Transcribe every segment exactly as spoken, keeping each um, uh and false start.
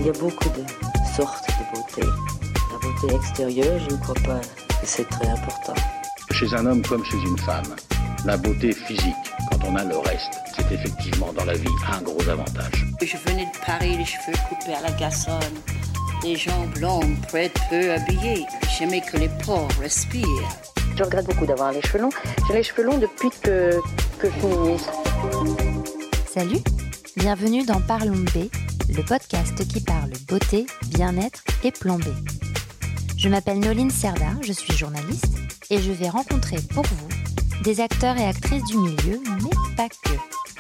Il y a beaucoup de sortes de beauté. La beauté extérieure, je ne crois pas que c'est très important. Chez un homme comme chez une femme, la beauté physique, quand on a le reste, c'est effectivement dans la vie un gros avantage. Je venais de Paris, les cheveux coupés à la garçonne, les jambes longues, près de peu habillées. J'aimais que les pores respirent. Je regrette beaucoup d'avoir les cheveux longs. J'ai les cheveux longs depuis que, que je suis ministre. Salut, bienvenue dans Parlons B, le podcast qui parle beauté, bien-être et plan B. Je m'appelle Noline Serda, je suis journaliste et je vais rencontrer pour vous des acteurs et actrices du milieu, mais pas que.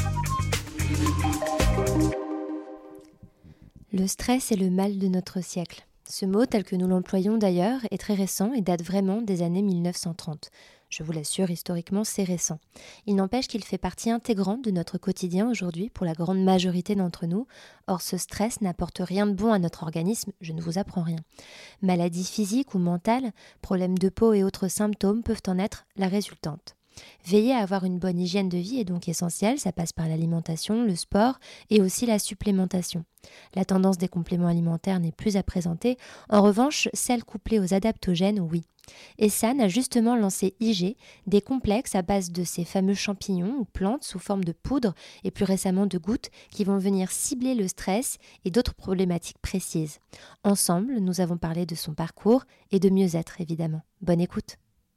Le stress est le mal de notre siècle. Ce mot, tel que nous l'employons d'ailleurs, est très récent et date vraiment des années mille neuf cent trente. Je vous l'assure, historiquement, c'est récent. Il n'empêche qu'il fait partie intégrante de notre quotidien aujourd'hui pour la grande majorité d'entre nous. Or, ce stress n'apporte rien de bon à notre organisme, je ne vous apprends rien. Maladies physiques ou mentales, problèmes de peau et autres symptômes peuvent en être la résultante. Veiller à avoir une bonne hygiène de vie est donc essentiel, ça passe par l'alimentation, le sport et aussi la supplémentation. La tendance des compléments alimentaires n'est plus à présenter, en revanche, celle couplée aux adaptogènes, oui. Essan a justement lancé I G, des complexes à base de ces fameux champignons ou plantes sous forme de poudre et plus récemment de gouttes qui vont venir cibler le stress et d'autres problématiques précises. Ensemble, nous avons parlé de son parcours et de mieux-être évidemment. Bonne écoute.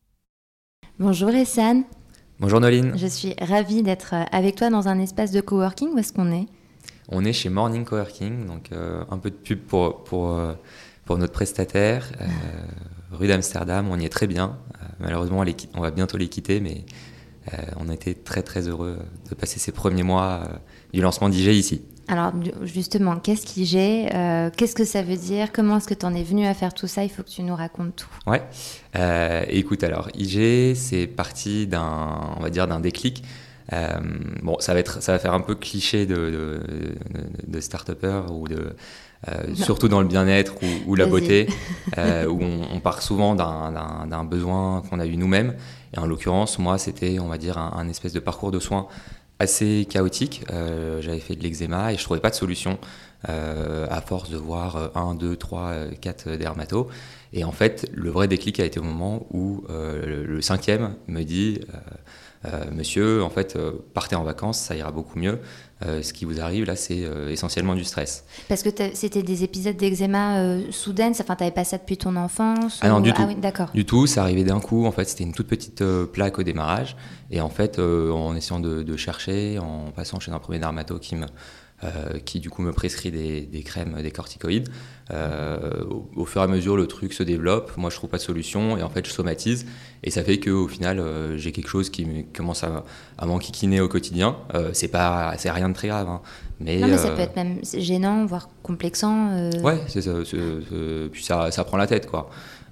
Bonjour Essan. Bonjour Noline. Je suis ravie d'être avec toi dans un espace de coworking. Où est-ce qu'on est ? On est chez Morning Coworking, donc euh, un peu de pub pour, pour, euh, pour notre prestataire, euh, rue d'Amsterdam. On y est très bien. Euh, malheureusement, elle est, on va bientôt les quitter, mais euh, on a été très très heureux de passer ces premiers mois euh, du lancement d'I G ici. Alors justement, qu'est-ce qu'I G euh, Qu'est-ce que ça veut dire ? Comment est-ce que tu en es venu à faire tout ça ? Il faut que tu nous racontes tout. Ouais. Euh, écoute, alors I G, c'est parti d'un, on va dire, d'un déclic. Euh, bon, ça va être, ça va faire un peu cliché de, de, de, de start-upper ou de, euh, surtout dans le bien-être ou, ou la beauté, euh, où on, on part souvent d'un, d'un, d'un besoin qu'on a eu nous-mêmes. Et en l'occurrence, moi, c'était, on va dire, un, un espèce de parcours de soins assez chaotique. Euh, j'avais fait de l'eczéma et je trouvais pas de solution euh, à force de voir un, deux, trois, quatre dermatos. Et en fait, le vrai déclic a été au moment où euh, le, le cinquième me dit euh, euh, monsieur, en fait, euh, partez en vacances, ça ira beaucoup mieux. Euh, ce qui vous arrive là, c'est euh, essentiellement du stress. Parce que c'était des épisodes d'eczéma euh, soudaines, enfin, t'avais pas ça depuis ton enfance ? Ah non, ou... du tout. Ah oui, d'accord. Du tout, ça arrivait d'un coup. En fait, c'était une toute petite euh, plaque au démarrage. Et en fait, euh, en essayant de, de chercher, en passant chez un premier dermato qui me Euh, qui du coup me prescrit des, des crèmes, des corticoïdes. Euh, au, au fur et à mesure, le truc se développe. Moi, je trouve pas de solution et en fait, je somatise. Et ça fait qu'au final, euh, j'ai quelque chose qui me, commence à, à m'enquiquiner au quotidien. Euh, c'est pas, c'est rien de très grave. Hein. Mais, non, mais ça euh, peut être même gênant, voire complexant. Euh... Ouais, c'est ça. C'est, c'est, puis ça, ça prend la tête, quoi.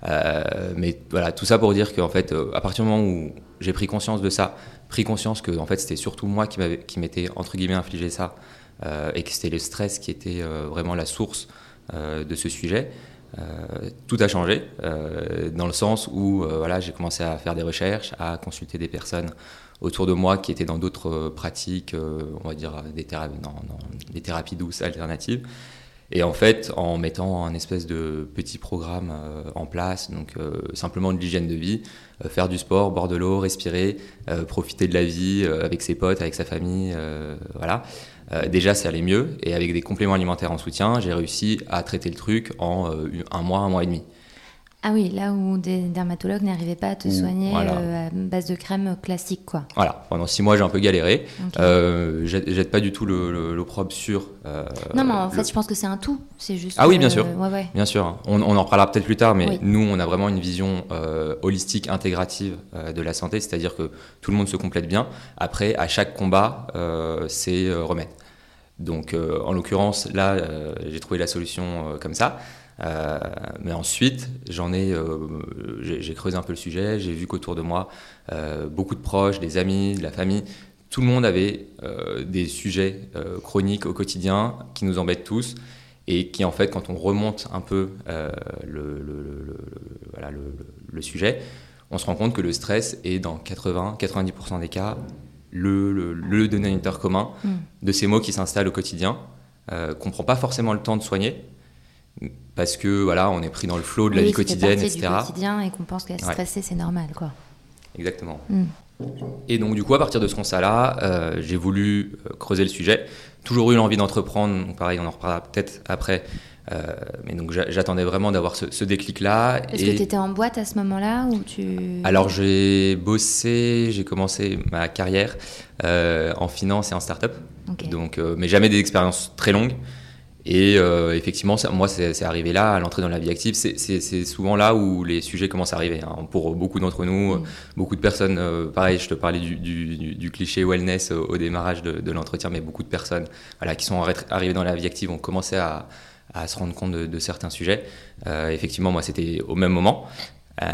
Euh, mais voilà, tout ça pour dire qu'en fait, euh, à partir du moment où j'ai pris conscience de ça, pris conscience que en fait, c'était surtout moi qui, m'avait, qui m'était entre guillemets infligé ça. Euh, et que c'était le stress qui était euh, vraiment la source euh, de ce sujet, euh, tout a changé, euh, dans le sens où euh, voilà, j'ai commencé à faire des recherches, à consulter des personnes autour de moi qui étaient dans d'autres euh, pratiques, euh, on va dire des, théra- dans, dans des thérapies douces alternatives. Et en fait, en mettant un espèce de petit programme euh, en place, donc euh, simplement de l'hygiène de vie, euh, faire du sport, boire de l'eau, respirer, euh, profiter de la vie euh, avec ses potes, avec sa famille, euh, voilà. Euh, déjà, ça allait mieux. Et avec des compléments alimentaires en soutien, j'ai réussi à traiter le truc en euh, un mois, un mois et demi. Ah oui, là où des dermatologues n'arrivaient pas à te soigner voilà. euh, à base de crème classique, quoi. Voilà, pendant six mois, j'ai un peu galéré. Okay. Euh, jette, jette pas du tout le, le, l'opprobre sur... Euh, non, mais en le... fait, je pense que c'est un tout. C'est juste, ah oui, bien euh, sûr. Ouais, ouais. Bien sûr. On, on en reparlera peut-être plus tard, mais oui. Nous, on a vraiment une vision euh, holistique, intégrative euh, de la santé, c'est-à-dire que tout le monde se complète bien. Après, à chaque combat, euh, c'est euh, remède. Donc, euh, en l'occurrence, là, euh, j'ai trouvé la solution euh, comme ça. Euh, mais ensuite, j'en ai, euh, j'ai, j'ai creusé un peu le sujet. J'ai vu qu'autour de moi, euh, beaucoup de proches, des amis, de la famille, tout le monde avait euh, des sujets euh, chroniques au quotidien qui nous embêtent tous et qui, en fait, quand on remonte un peu euh, le, le, le, le, voilà, le, le, le sujet, on se rend compte que le stress est dans quatre-vingts à quatre-vingt-dix pour cent des cas le, le, le dénominateur commun mmh. de ces maux qui s'installent au quotidien, euh, qu'on ne prend pas forcément le temps de soigner, parce que voilà, on est pris dans le flot de la oui, vie quotidienne, et cetera. Du quotidien et qu'on pense qu'être stressé, ouais. c'est normal, quoi. Exactement. Mm. Et donc du coup, à partir de ce constat-là, euh, j'ai voulu euh, creuser le sujet. Toujours eu l'envie d'entreprendre. Donc pareil, on en reparlera peut-être après. Euh, mais donc j'attendais vraiment d'avoir ce, ce déclic-là. Est-ce et... que tu étais en boîte à ce moment-là ou tu... Alors j'ai bossé, j'ai commencé ma carrière euh, en finance et en start-up. Okay. Donc, euh, mais jamais des expériences très longues. Et euh, effectivement, ça, moi, c'est, c'est arrivé là, à l'entrée dans la vie active. C'est, c'est, c'est souvent là où les sujets commencent à arriver. Hein. Pour beaucoup d'entre nous, mmh. beaucoup de personnes, euh, pareil, je te parlais du, du, du, du cliché wellness au, au démarrage de, de l'entretien, mais beaucoup de personnes voilà, qui sont arrivées dans la vie active ont commencé à, à se rendre compte de, de certains sujets. Euh, effectivement, moi, c'était au même moment. Euh,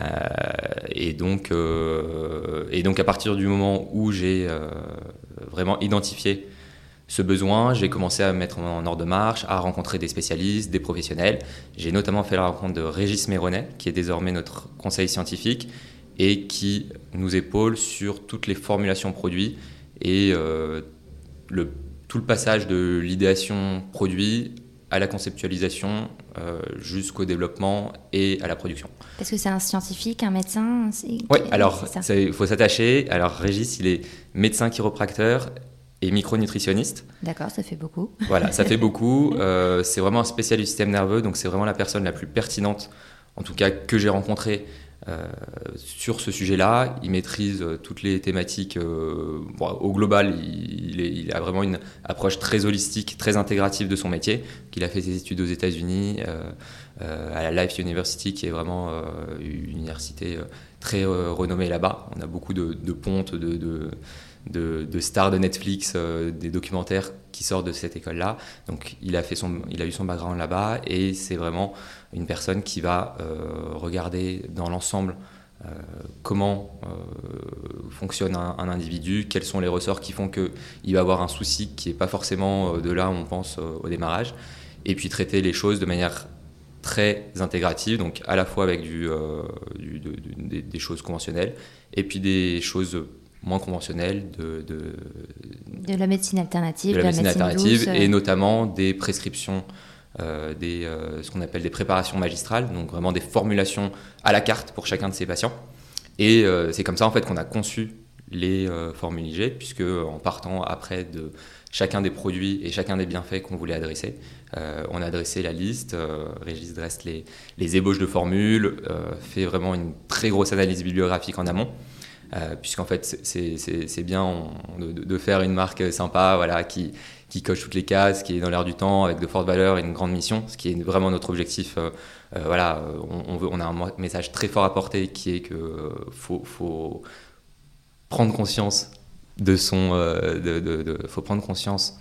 et, donc, euh, et donc, à partir du moment où j'ai euh, vraiment identifié ce besoin, j'ai commencé à me mettre en ordre de marche, à rencontrer des spécialistes, des professionnels. J'ai notamment fait la rencontre de Régis Méronnet, qui est désormais notre conseil scientifique et qui nous épaule sur toutes les formulations produits et euh, le, tout le passage de l'idéation produit à la conceptualisation euh, jusqu'au développement et à la production. Est-ce que c'est un scientifique, un médecin ? Oui, alors il faut s'attacher. Alors Régis, il est médecin chiropracteur et micronutritionniste. D'accord, ça fait beaucoup. Voilà, ça fait beaucoup. Euh, c'est vraiment un spécialiste du système nerveux, donc c'est vraiment la personne la plus pertinente, en tout cas que j'ai rencontrée euh, sur ce sujet-là. Il maîtrise euh, toutes les thématiques. Euh, bon, au global, il, il, est, il a vraiment une approche très holistique, très intégrative de son métier. Il a fait ses études aux États-Unis, euh, euh, à la Life University, qui est vraiment euh, une université euh, très euh, renommée là-bas. On a beaucoup de, de pontes, de... de De, de stars de Netflix, euh, des documentaires qui sortent de cette école-là. Donc il a, fait son, il a eu son background là-bas et c'est vraiment une personne qui va euh, regarder dans l'ensemble euh, comment euh, fonctionne un, un individu, quels sont les ressorts qui font qu'il va avoir un souci qui n'est pas forcément de là où on pense euh, au démarrage, et puis traiter les choses de manière très intégrative, donc à la fois avec du, euh, du, de, de, des, des choses conventionnelles et puis des choses moins conventionnelle de, de, de la médecine alternative, de la médecine, de la médecine alternative douce, et notamment des prescriptions, euh, des, euh, ce qu'on appelle des préparations magistrales, donc vraiment des formulations à la carte pour chacun de ces patients. Et euh, c'est comme ça en fait qu'on a conçu les euh, formules I G, puisque en partant après de chacun des produits et chacun des bienfaits qu'on voulait adresser, euh, on a adressé la liste. euh, Régis dresse les, les ébauches de formules, euh, fait vraiment une très grosse analyse bibliographique en amont. Euh, puisqu'en fait c'est, c'est, c'est bien on, de, de faire une marque sympa, voilà, qui, qui coche toutes les cases, qui est dans l'air du temps, avec de fortes valeurs et une grande mission, ce qui est vraiment notre objectif. Euh, euh, voilà, on, on, veut, on a un message très fort à porter qui est qu'il euh, faut, faut prendre conscience de son, euh, de, de, de, faut prendre conscience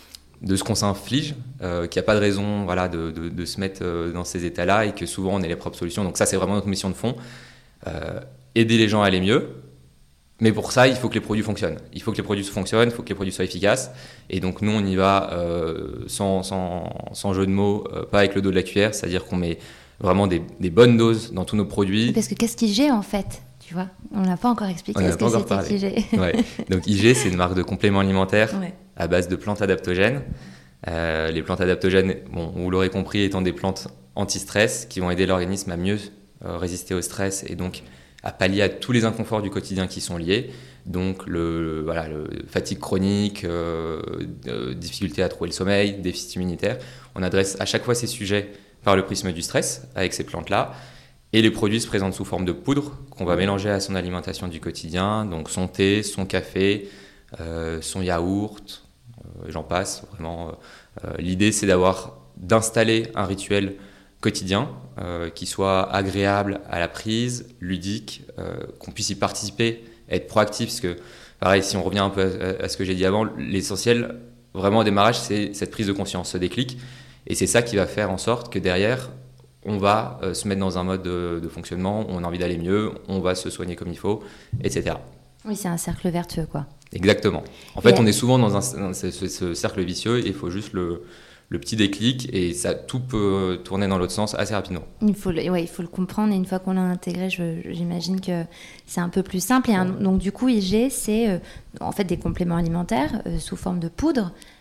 de ce qu'on s'inflige, euh, qu'il n'y a pas de raison voilà, de, de, de se mettre dans ces états-là et que souvent on ait les propres solutions. Donc ça c'est vraiment notre mission de fond, euh, aider les gens à aller mieux. Mais pour ça, il faut que les produits fonctionnent. Il faut que les produits fonctionnent, il faut que les produits soient efficaces. Et donc nous, on y va euh, sans, sans, sans jeu de mots, euh, pas avec le dos de la cuillère, c'est-à-dire qu'on met vraiment des, des bonnes doses dans tous nos produits. Parce que qu'est-ce qu'I G en fait, tu vois ? On n'a pas encore expliqué on ce que c'était I G. Ouais. Donc I G, c'est une marque de compléments alimentaires ouais. à base de plantes adaptogènes. Euh, les plantes adaptogènes, bon, vous l'aurez compris, étant des plantes anti-stress qui vont aider l'organisme à mieux euh, résister au stress et donc à pallier à tous les inconforts du quotidien qui sont liés, donc le, voilà, le fatigue chronique, euh, euh, difficulté à trouver le sommeil, déficit immunitaire. On adresse à chaque fois ces sujets par le prisme du stress avec ces plantes-là, et les produits se présentent sous forme de poudre qu'on va mélanger à son alimentation du quotidien, donc son thé, son café, euh, son yaourt, euh, j'en passe. Vraiment, euh, l'idée c'est d'avoir d'installer un rituel quotidien, euh, qui soit agréable à la prise, ludique, euh, qu'on puisse y participer, être proactif, parce que, pareil, si on revient un peu à, à ce que j'ai dit avant, l'essentiel, vraiment au démarrage, c'est cette prise de conscience, ce déclic, et c'est ça qui va faire en sorte que derrière, on va euh, se mettre dans un mode de, de fonctionnement, on a envie d'aller mieux, on va se soigner comme il faut, et cetera. Oui, c'est un cercle vertueux, quoi. Exactement. En fait, et on est souvent dans, un, dans ce, ce, ce cercle vicieux, et il faut juste le... le petit déclic, et ça, tout peut tourner dans l'autre sens assez rapidement. Il faut le, ouais, il faut le comprendre, et une fois qu'on l'a intégré, je, j'imagine que c'est un peu plus simple. Et un, donc du coup, I G, c'est euh, en fait des compléments alimentaires euh, sous forme de poudre.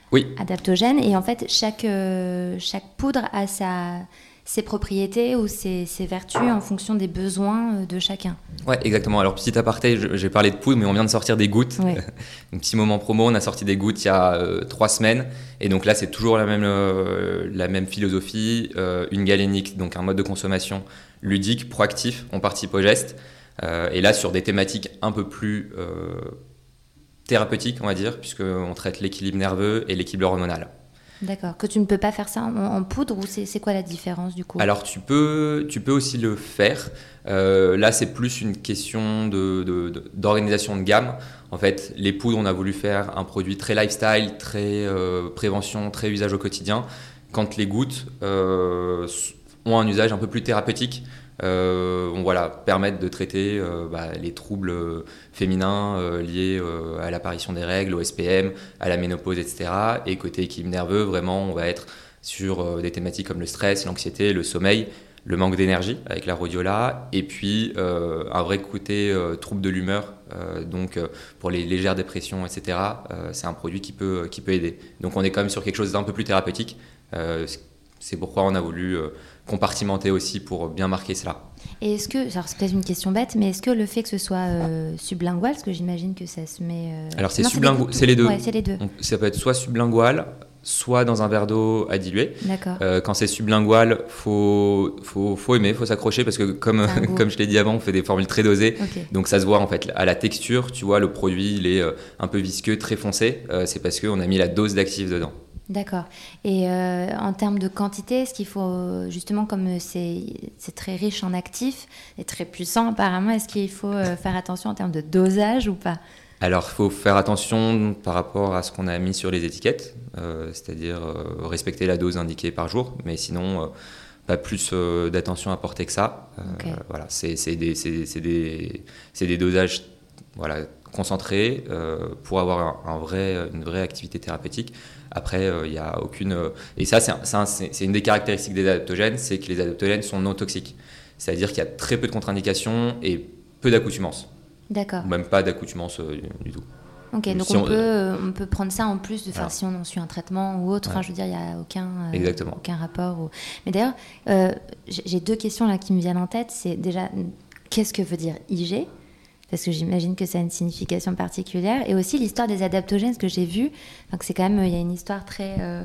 Oui. adaptogènes. Et en fait, chaque, euh, chaque poudre a sa, ses propriétés ou ses, ses vertus en fonction des besoins de chacun. Ouais, exactement. Alors, petit aparté, je- j'ai parlé de poudre, mais on vient de sortir des gouttes. Ouais. Un petit moment promo, on a sorti des gouttes il y a euh, trois semaines. Et donc là, c'est toujours la même, euh, la même philosophie. Euh, une galénique, donc un mode de consommation ludique, proactif. On participe au geste. Euh, et là, sur des thématiques un peu plus euh, thérapeutiques, on va dire, puisqu'on traite l'équilibre nerveux et l'équilibre hormonal. D'accord. Que tu ne peux pas faire ça en, en poudre ou c'est, c'est quoi la différence du coup? Alors, tu peux, tu peux aussi le faire. Euh, là, c'est plus une question de, de- de- d'organisation de gamme. En fait, les poudres, on a voulu faire un produit très lifestyle, très euh, prévention, très usage au quotidien. Quand les gouttes euh, s- ont un usage un peu plus thérapeutique, euh, vont voilà, permettre de traiter euh, bah, les troubles euh, féminins euh, liés euh, à l'apparition des règles, au S P M, à la ménopause, et cetera. Et côté équilibre nerveux, vraiment, on va être sur euh, des thématiques comme le stress, l'anxiété, le sommeil, le manque d'énergie avec la rhodiola, et puis euh, un vrai côté euh, trouble de l'humeur, euh, donc euh, pour les légères dépressions, et cetera. Euh, c'est un produit qui peut, qui peut aider. Donc on est quand même sur quelque chose d'un peu plus thérapeutique. Euh, c'est pourquoi on a voulu euh, compartimenter aussi pour bien marquer cela. Et est-ce que, alors c'est peut-être une question bête, mais est-ce que le fait que ce soit euh, sublingual, parce que j'imagine que ça se met... euh, Alors c'est non, sublingu- des- c'est les deux. Ouais, c'est les deux. On- ça peut être soit sublingual, soit dans un verre d'eau à diluer. D'accord. Euh, quand c'est sublingual, faut faut faut aimer, faut s'accrocher parce que comme C'est un goût. comme je l'ai dit avant, on fait des formules très dosées. Ok. Donc ça se voit en fait à la texture, tu vois le produit, il est euh, un peu visqueux, très foncé, euh, c'est parce qu'on a mis la dose d'actif dedans. D'accord. Et euh, en termes de quantité, est-ce qu'il faut, justement, comme c'est, c'est très riche en actifs et très puissant apparemment, est-ce qu'il faut euh, faire attention en termes de dosage ou pas? Alors, il faut faire attention par rapport à ce qu'on a mis sur les étiquettes, euh, c'est-à-dire euh, respecter la dose indiquée par jour, mais sinon, euh, pas plus euh, d'attention à porter que ça. Euh, Ok. Voilà, c'est, c'est, des, c'est, c'est, des, c'est des dosages voilà, concentrés euh, pour avoir un, un vrai, une vraie activité thérapeutique. Après, il euh, n'y a aucune... euh, et ça, c'est, un- c'est, un- c'est c'est une des caractéristiques des adaptogènes, c'est que les adaptogènes sont non toxiques. C'est-à-dire qu'il y a très peu de contre-indications et peu d'accoutumance. D'accord. Ou même pas d'accoutumance euh, du tout. Ok, donc Si on, on- peut, euh, on peut prendre ça en plus de faire Alors. si on en suit un traitement ou autre. Enfin, Ouais. je veux dire, il n'y a aucun, euh, Exactement. aucun rapport. ou- Mais d'ailleurs, euh, j'ai j'ai deux questions là qui me viennent en tête. C'est déjà, qu'est-ce que veut dire I G? Parce que j'imagine que ça a une signification particulière. Et aussi l'histoire des adaptogènes, ce que j'ai vu, enfin, que c'est quand même, il y a une histoire très... euh,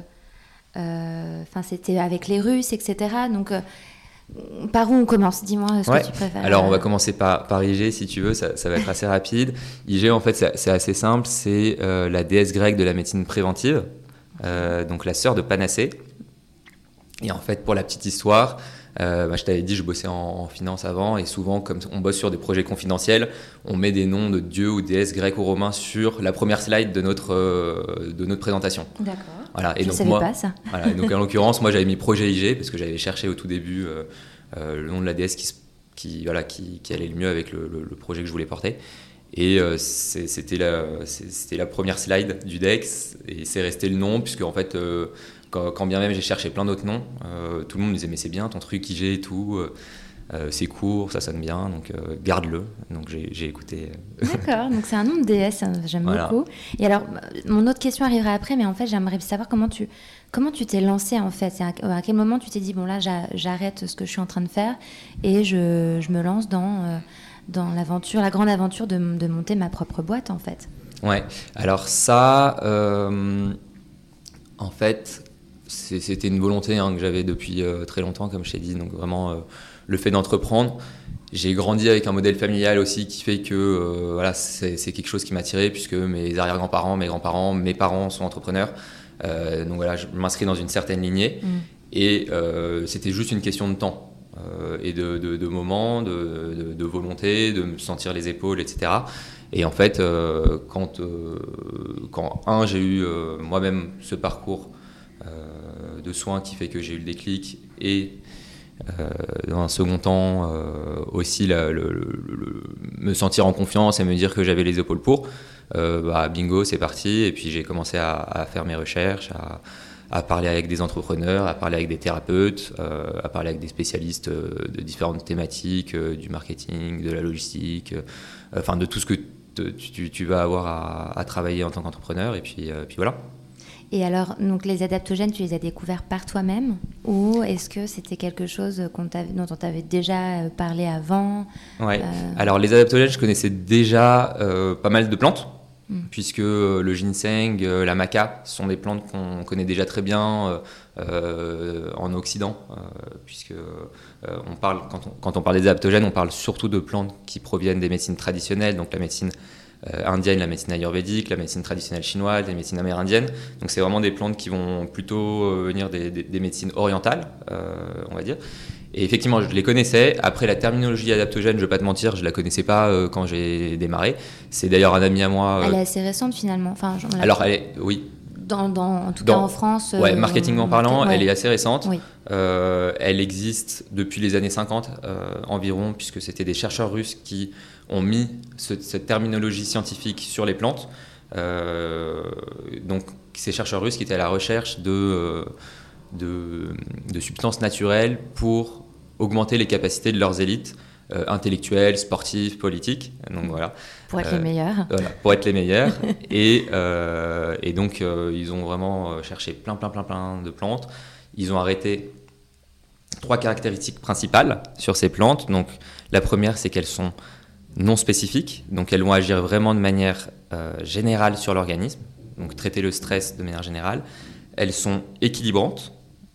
euh, Enfin, c'était avec les Russes, et cetera. Donc, euh, par où on commence? Dis-moi ce Ouais. que tu préfères. Alors, on va commencer par, par I G, si tu veux, ça, ça va être assez rapide. I G, en fait, c'est, c'est assez simple, c'est euh, la déesse grecque de la médecine préventive, euh, donc la sœur de Panacée. Et en fait, pour la petite histoire, euh, bah, je t'avais dit, je bossais en, en finance avant, et souvent, comme on bosse sur des projets confidentiels, on met des noms de dieux ou déesses grecs ou romains sur la première slide de notre, euh, de notre présentation. D'accord. Voilà. Et Je ne donc, savais moi, pas ça. Voilà, et donc en l'occurrence, moi j'avais mis projet I G parce que j'avais cherché au tout début euh, euh, le nom de la déesse qui, se- qui, voilà, qui, qui allait le mieux avec le, le- le projet que je voulais porter. Et euh, c'est- c'était, la, c'est- c'était la première slide du Dex et c'est resté le nom, puisque en fait, euh, quand, quand bien même j'ai cherché plein d'autres noms, euh, tout le monde me disait mais c'est bien ton truc I G et tout, euh, euh, c'est court, ça sonne bien, donc euh, garde-le. Donc j'ai, j'ai écouté. euh, D'accord, donc c'est un nom de déesse, hein, j'aime Voilà. beaucoup. Et alors, mon autre question arrivera après, mais en fait, j'aimerais savoir comment tu, comment tu t'es lancé en fait. C'est à, à quel moment tu t'es dit, bon là, j'a- j'arrête ce que je suis en train de faire et je, je me lance dans, euh, dans l'aventure, la grande aventure de, de monter ma propre boîte en fait. Ouais, alors ça, euh, en fait, c'est- c'était une volonté hein, que j'avais depuis euh, très longtemps, comme je t'ai dit, donc vraiment euh, le fait d'entreprendre. J'ai grandi avec un modèle familial aussi qui fait que euh, voilà, c'est c'est quelque chose qui m'a attiré, puisque mes arrière-grands-parents, mes grands-parents, mes parents sont entrepreneurs. Euh, donc voilà, je m'inscris dans une certaine lignée Mm. et euh, c'était juste une question de temps euh, et de, de, de moments, de, de, de volonté, de me sentir les épaules, et cetera. Et en fait, euh, quand, euh, quand un, j'ai eu euh, moi-même ce parcours euh, de soins qui fait que j'ai eu le déclic et euh, dans un second temps euh, aussi la- le, le- le- me sentir en confiance et me dire que j'avais les épaules pour, euh, bah, bingo, c'est parti. Et puis j'ai commencé à, à faire mes recherches, à, à parler avec des entrepreneurs, à parler avec des thérapeutes, euh, à parler avec des spécialistes euh, de différentes thématiques, euh, du marketing, de la logistique, euh, enfin de tout ce que te- tu, tu vas avoir à, à travailler en tant qu'entrepreneur. Et puis, euh, puis voilà. Et alors, donc les adaptogènes, tu les as découverts par toi-même ou est-ce que c'était quelque chose qu'on dont on t'avait déjà parlé avant? Ouais. Euh... Alors les adaptogènes, je connaissais déjà euh, pas mal de plantes, mm. puisque le ginseng, euh, la maca sont des plantes qu'on connaît déjà très bien euh, euh, en Occident, euh, puisque euh, on parle, quand, on, quand on parle des adaptogènes, on parle surtout de plantes qui proviennent des médecines traditionnelles, donc la médecine Euh, indienne, la médecine ayurvédique, la médecine traditionnelle chinoise, les médecines amérindiennes. Donc c'est vraiment des plantes qui vont plutôt euh, venir des, des, des médecines orientales, euh, on va dire. Et effectivement, je les connaissais. Après, la terminologie adaptogène, je ne vais pas te mentir, je ne la connaissais pas euh, quand j'ai démarré. C'est d'ailleurs un ami à moi... Euh... Elle est assez récente finalement. Enfin, Alors, elle est... Oui. Dans, dans, en tout dans, cas en France. Ouais, marketingment euh, parlant, ouais. elle est assez récente. Oui. Euh, elle existe depuis les années cinquante euh, environ, puisque c'était des chercheurs russes qui ont mis ce, cette terminologie scientifique sur les plantes. Euh, donc, ces chercheurs russes qui étaient à la recherche de, euh, de, de substances naturelles pour augmenter les capacités de leurs élites euh, intellectuelles, sportives, politiques. Donc, voilà. Pour être euh, les meilleurs. Voilà, pour être les meilleurs. et, euh, et donc, euh, ils ont vraiment cherché plein, plein, plein, plein de plantes. Ils ont arrêté trois caractéristiques principales sur ces plantes. Donc, la première, c'est qu'elles sont non spécifiques. Donc, elles vont agir vraiment de manière euh, générale sur l'organisme. Donc, traiter le stress de manière générale. Elles sont équilibrantes.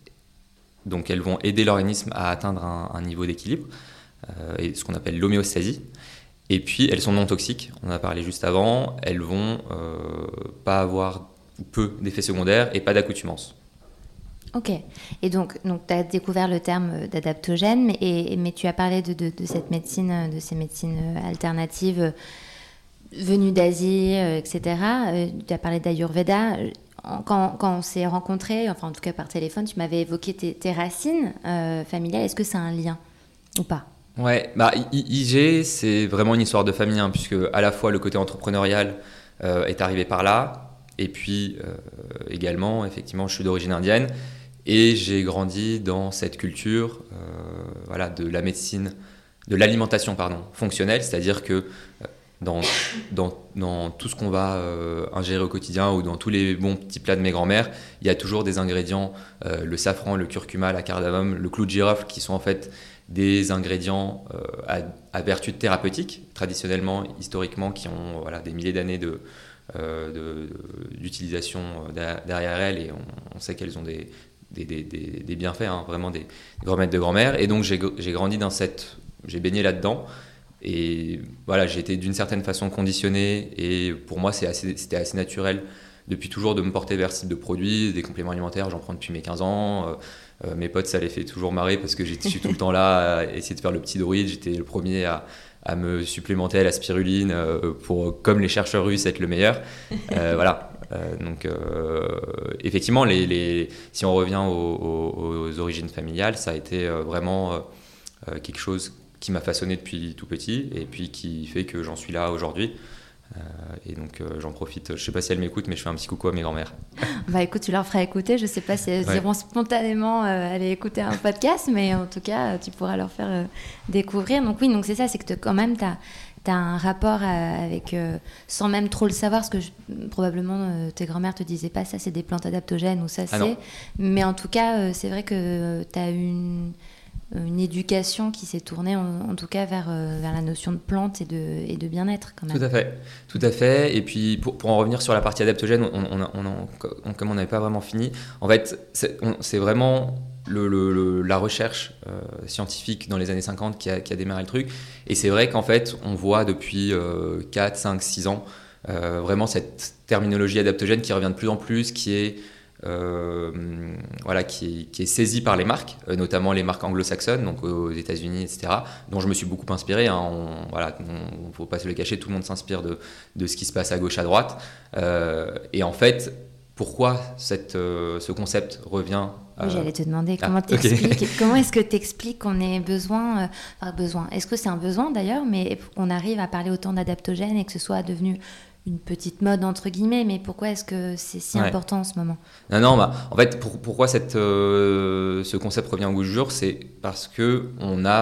Donc, elles vont aider l'organisme à atteindre un, un niveau d'équilibre, euh, et ce qu'on appelle l'homéostasie. Et puis, elles sont non toxiques. On en a parlé juste avant. Elles vont euh, pas avoir peu d'effets secondaires et pas d'accoutumance. Ok. Et donc, donc tu as découvert le terme d'adaptogène, mais, et, mais tu as parlé de, de, de cette médecine, de ces médecines alternatives venues d'Asie, et cetera. Tu as parlé d'Ayurveda. Quand, quand on s'est rencontrés, enfin en tout cas par téléphone, tu m'avais évoqué tes, tes racines euh, familiales. Est-ce que c'est un lien ou pas ? Ouais, bah, I G, c'est vraiment une histoire de famille, hein, puisque à la fois le côté entrepreneurial euh, est arrivé par là, et puis euh, également, effectivement, je suis d'origine indienne, et j'ai grandi dans cette culture euh, voilà, de la médecine, de l'alimentation pardon, fonctionnelle, c'est-à-dire que euh, dans, dans, dans tout ce qu'on va euh, ingérer au quotidien ou dans tous les bons petits plats de mes grands-mères, il y a toujours des ingrédients, euh, le safran, le curcuma, la cardamome, le clou de girofle, qui sont en fait des ingrédients euh, à, à vertu thérapeutique, traditionnellement, historiquement, qui ont voilà, des milliers d'années de, euh, de, de, d'utilisation derrière elles, et on, on sait qu'elles ont des, des, des, des, des bienfaits, hein, vraiment des, des grands-mères de grand-mère. Et donc j'ai, j'ai grandi dans cette... j'ai baigné là-dedans, et voilà, j'ai été d'une certaine façon conditionné, et pour moi c'est assez, c'était assez naturel depuis toujours de me porter vers ce type de produits, des compléments alimentaires, j'en prends depuis mes quinze ans. Euh, Euh, mes potes, ça les fait toujours marrer parce que je suis tout le temps là à essayer de faire le petit druide. J'étais le premier à, à me supplémenter à la spiruline euh, pour, comme les chercheurs russes, être le meilleur. Euh, voilà. Euh, donc, euh, effectivement, les, les, si on revient aux, aux, aux origines familiales, ça a été vraiment euh, quelque chose qui m'a façonné depuis tout petit et puis qui fait que j'en suis là aujourd'hui. Euh, et donc euh, j'en profite, je ne sais pas si elles m'écoutent, mais je fais un petit coucou à mes grand-mères. Bah écoute, tu leur feras écouter, je ne sais pas si elles ouais. iront spontanément euh, aller écouter un podcast, mais en tout cas tu pourras leur faire euh, découvrir. Donc oui, donc c'est ça, c'est que quand même tu as un rapport à, avec, euh, sans même trop le savoir, parce que je, probablement euh, tes grand-mères te disaient pas ça c'est des plantes adaptogènes ou ça c'est, ah mais en tout cas euh, c'est vrai que tu as une... une éducation qui s'est tournée en, en tout cas vers, euh, vers la notion de plante et de, et de bien-être quand même. Tout à fait, tout à fait. Et puis pour, pour en revenir sur la partie adaptogène, on, on, on, on, on, comme on n'avait pas vraiment fini, en fait c'est, on, c'est vraiment le, le, le, la recherche euh, scientifique dans les années cinquante qui a, qui a démarré le truc. Et c'est vrai qu'en fait on voit depuis euh, quatre, cinq, six ans euh, vraiment cette terminologie adaptogène qui revient de plus en plus, qui est Euh, voilà, qui est, qui est saisi par les marques, euh, notamment les marques anglo-saxonnes, donc aux États-Unis, et cetera, dont je me suis beaucoup inspiré. Hein, on, voilà, on, faut pas se le cacher, tout le monde s'inspire de, de ce qui se passe à gauche, à droite. Euh, et en fait, pourquoi cette, euh, ce concept revient euh... Oui, j'allais te demander comment, ah, okay. comment est-ce que tu expliques qu'on ait besoin, euh, enfin, besoin. Est-ce que c'est un besoin d'ailleurs, mais qu'on arrive à parler autant d'adaptogènes et que ce soit devenu une petite mode entre guillemets, mais pourquoi est-ce que c'est si ouais. important en ce moment ? Non, non, bah, en fait, pour, pourquoi cette, euh, ce concept revient au goût du jour, c'est parce que on a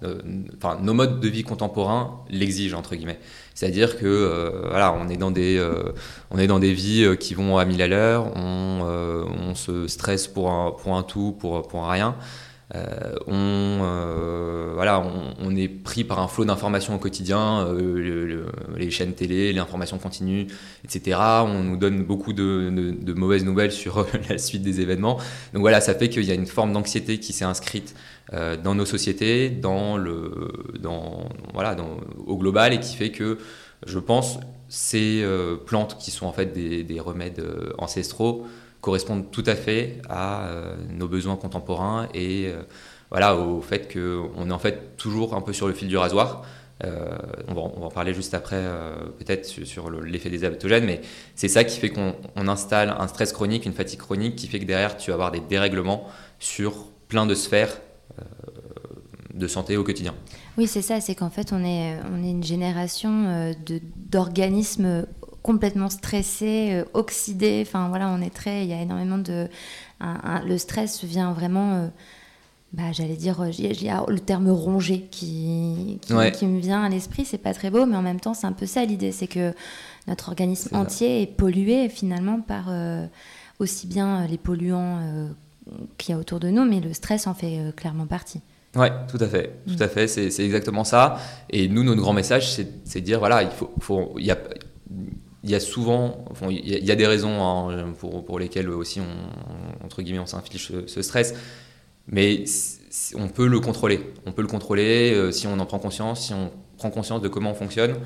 enfin, nos modes de vie contemporains l'exigent entre guillemets. C'est-à-dire que euh, voilà, on est dans des, euh, on est dans des vies qui vont à mille à l'heure, on, euh, on se stresse pour un, pour un tout, pour, pour un rien. Euh, on, euh, voilà, on, on est pris par un flot d'informations au quotidien, euh, le, le, les chaînes télé, l'information continue, et cetera. On nous donne beaucoup de, de, de mauvaises nouvelles sur la suite des événements. Donc voilà, ça fait qu'il y a une forme d'anxiété qui s'est inscrite euh, dans nos sociétés, dans le, dans, voilà, dans, au global, et qui fait que, je pense, ces euh, plantes qui sont en fait des, des remèdes euh, ancestraux correspondent tout à fait à euh, nos besoins contemporains et euh, voilà, au fait qu'on est en fait toujours un peu sur le fil du rasoir. Euh, on, va, on va en parler juste après, euh, peut-être sur, sur le, l'effet des adaptogènes, mais c'est ça qui fait qu'on on installe un stress chronique, une fatigue chronique, qui fait que derrière, tu vas avoir des dérèglements sur plein de sphères euh, de santé au quotidien. Oui, c'est ça, c'est qu'en fait, on est, on est une génération euh, de, d'organismes complètement stressés, euh, oxydés, enfin voilà, on est très, il y a énormément de... Un, un, le stress vient vraiment... Euh, Bah, j'allais dire, il y a le terme rongé qui, qui, ouais. qui me vient à l'esprit. C'est pas très beau, mais en même temps, c'est un peu ça l'idée. C'est que notre organisme c'est entier ça. Est pollué finalement par euh, aussi bien les polluants euh, qu'il y a autour de nous, mais le stress en fait euh, clairement partie. Oui, tout à fait. Tout mmh. à fait. C'est, c'est exactement ça. Et nous, notre grand message, c'est, c'est de dire, voilà, il faut, faut, il y a, il y a souvent, enfin, il y a, il y a des raisons hein, pour, pour lesquelles aussi, on, entre guillemets, on s'inflige ce, ce stress. Mais on peut le contrôler. On peut le contrôler euh, si on en prend conscience, si on prend conscience de comment on fonctionne.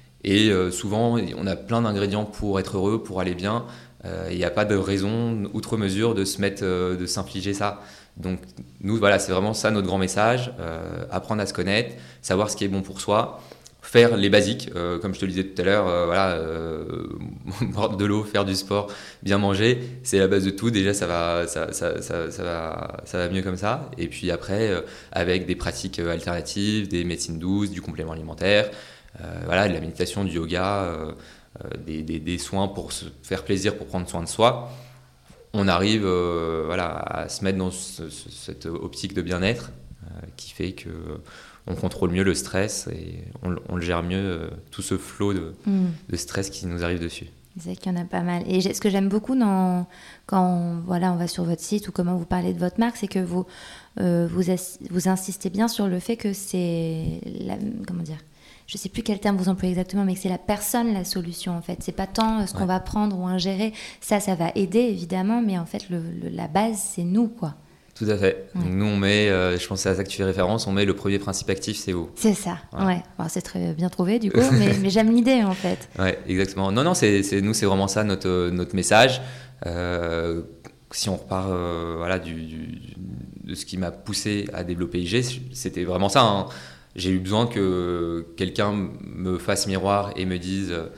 Et euh, souvent, on a plein d'ingrédients pour être heureux, pour aller bien. Il euh, n'y a pas de raison, outre mesure, de se mettre, euh, de s'infliger ça. Donc, nous, voilà, c'est vraiment ça notre grand message. Euh, apprendre à se connaître, savoir ce qui est bon pour soi. Faire les basiques, euh, comme je te le disais tout à l'heure, euh, voilà, euh, boire de l'eau, faire du sport, bien manger, c'est la base de tout. Déjà, ça va, ça, ça, ça, ça va, ça va mieux comme ça. Et puis après, euh, avec des pratiques alternatives, des médecines douces, du complément alimentaire, euh, voilà, de la méditation, du yoga, euh, des, des, des soins pour se faire plaisir, pour prendre soin de soi. On arrive, euh, voilà, à se mettre dans ce, ce, cette optique de bien-être euh, qui fait que on contrôle mieux le stress et on, on le gère mieux, euh, tout ce flot de, mmh. de stress qui nous arrive dessus. C'est qu'il y en a pas mal. Et ce que j'aime beaucoup dans, quand on, voilà, on va sur votre site ou comment vous parlez de votre marque, c'est que vous, euh, vous, as, vous insistez bien sur le fait que c'est... La, comment dire je ne sais plus quel terme vous employez exactement, mais que c'est la personne la solution en fait. C'est pas tant ce qu'on ouais. va prendre ou ingérer. Ça, ça va aider évidemment, mais en fait, le, le, la base, c'est nous, quoi. Tout à fait. Ouais. Nous, on met, euh, je pense que c'est à ça que tu fais référence, on met le premier principe actif, c'est vous. C'est ça, ouais. ouais. Bon, c'est très bien trouvé du coup, mais, mais j'aime l'idée en fait. Oui, exactement. Non, non, c'est, c'est, nous, c'est vraiment ça notre, notre message. Euh, si on repart euh, voilà, du, du, de ce qui m'a poussé à développer I G, c'était vraiment ça. Hein. J'ai eu besoin que quelqu'un me fasse miroir et me dise euh,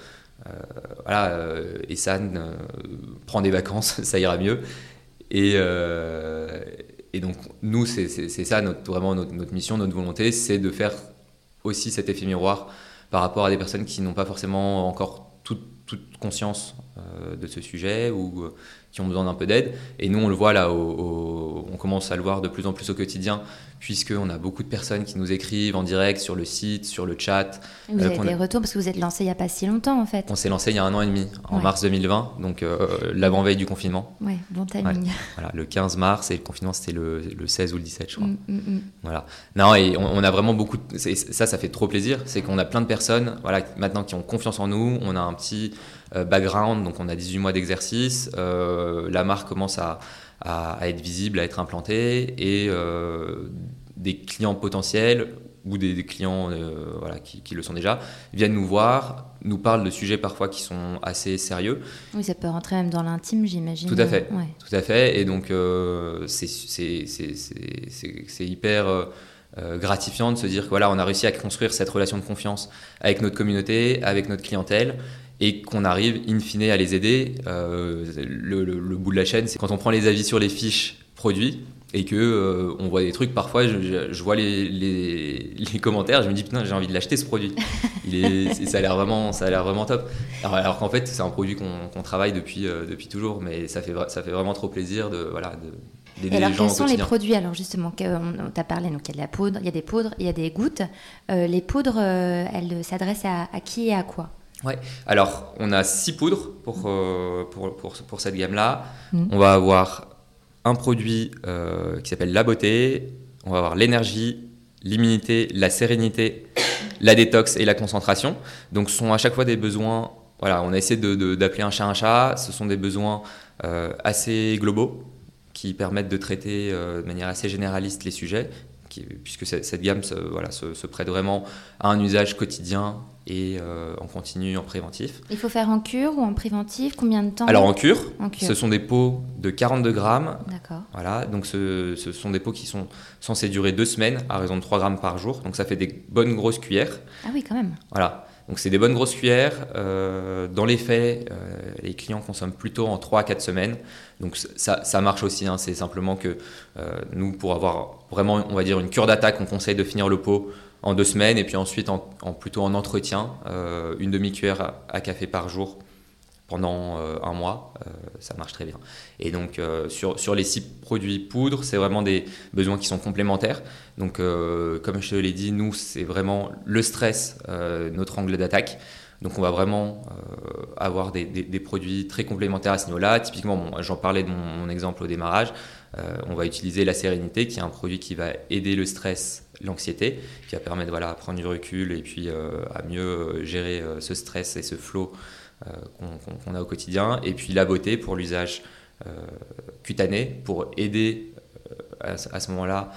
voilà, euh, Ehsan, euh, prends des vacances, ça ira mieux. Et, euh, et donc, nous, c'est, c'est, c'est ça, notre, vraiment notre, notre mission, notre volonté, c'est de faire aussi cet effet miroir par rapport à des personnes qui n'ont pas forcément encore toute, toute conscience euh, de ce sujet ou euh, qui ont besoin d'un peu d'aide. Et nous, on le voit là, au, au, on commence à le voir de plus en plus au quotidien, puisqu'on a beaucoup de personnes qui nous écrivent en direct sur le site, sur le chat. Vous euh, avez des a... retours parce que vous êtes lancé il n'y a pas si longtemps en fait. On s'est lancé il y a un an et demi, en ouais. mars deux mille vingt, donc euh, l'avant-veille du confinement. Oui, bon timing. Ouais. Voilà, le quinze mars et le confinement c'était le, le seize ou le dix-sept je crois. Mm, mm, mm. Voilà. Non, et on, on a vraiment beaucoup, de... ça, ça fait trop plaisir, c'est qu'on a plein de personnes voilà, maintenant qui ont confiance en nous, on a un petit euh, background, donc on a dix-huit mois d'exercice, euh, la marque commence à, à, à être visible, à être implantée et euh, des clients potentiels ou des, des clients euh, voilà, qui, qui le sont déjà, viennent nous voir, nous parlent de sujets parfois qui sont assez sérieux. Oui, ça peut rentrer même dans l'intime, j'imagine. Tout à fait, ouais. tout à fait. Et donc, euh, c'est, c'est, c'est, c'est, c'est, c'est hyper euh, gratifiant de se dire que voilà, on a réussi à construire cette relation de confiance avec notre communauté, avec notre clientèle, et qu'on arrive, in fine, à les aider. Euh, le, le, le bout de la chaîne, c'est quand on prend les avis sur les fiches produits, et que euh, on voit des trucs parfois je, je vois les, les, les commentaires, je me dis putain j'ai envie de l'acheter ce produit. Il est, ça a l'air vraiment ça a l'air vraiment top. Alors, alors qu'en fait c'est un produit qu'on, qu'on travaille depuis euh, depuis toujours, mais ça fait ça fait vraiment trop plaisir de voilà de d'aider Et alors, les gens quels au sont les quotidien. produits? Alors justement, que- on, on t'a parlé, donc il y a de la poudre, il y a des poudres, il y a des gouttes. Euh, les poudres, euh, elles s'adressent à, à qui et à quoi? Ouais. Alors, on a six poudres pour, euh, pour, pour, pour cette gamme-là. Mm. On va avoir un produit euh, qui s'appelle La Beauté. On va avoir l'énergie, l'immunité, la sérénité, la détox et la concentration. Donc, ce sont à chaque fois des besoins. Voilà, on a essayé de, de, d'appeler un chat un chat. Ce sont des besoins euh, assez globaux qui permettent de traiter euh, de manière assez généraliste les sujets, qui, puisque cette, cette gamme se, voilà, se, se prête vraiment à un usage quotidien et euh, en continu, en préventif. Il faut faire en cure ou en préventif? Combien de temps? Alors en cure, En cure. ce sont des pots de quarante-deux grammes. D'accord. Voilà, donc ce, ce sont des pots qui sont censés durer deux semaines à raison de trois grammes par jour. Donc ça fait des bonnes grosses cuillères. Ah oui, quand même. Voilà, donc c'est des bonnes grosses cuillères. Euh, dans les faits, euh, les clients consomment plutôt en trois à quatre semaines. Donc ça, ça marche aussi, hein. C'est simplement que euh, nous, pour avoir vraiment, on va dire, une cure d'attaque, on conseille de finir le pot en deux semaines et puis ensuite en, en plutôt en entretien, euh, une demi-cuillère à, à café par jour pendant euh, un mois, euh, ça marche très bien. Et donc euh, sur, sur les six produits poudre, c'est vraiment des besoins qui sont complémentaires. Donc euh, comme je te l'ai dit, nous c'est vraiment le stress, euh, notre angle d'attaque. Donc on va vraiment euh, avoir des, des, des produits très complémentaires à ce niveau-là. Typiquement, bon, j'en parlais de mon, mon exemple au démarrage, euh, on va utiliser la sérénité, qui est un produit qui va aider le stress, l'anxiété, qui va permettre voilà, à prendre du recul et puis euh, à mieux gérer euh, ce stress et ce flow euh, qu'on, qu'on, qu'on a au quotidien. Et puis la beauté pour l'usage euh, cutané, pour aider euh, à, à ce moment-là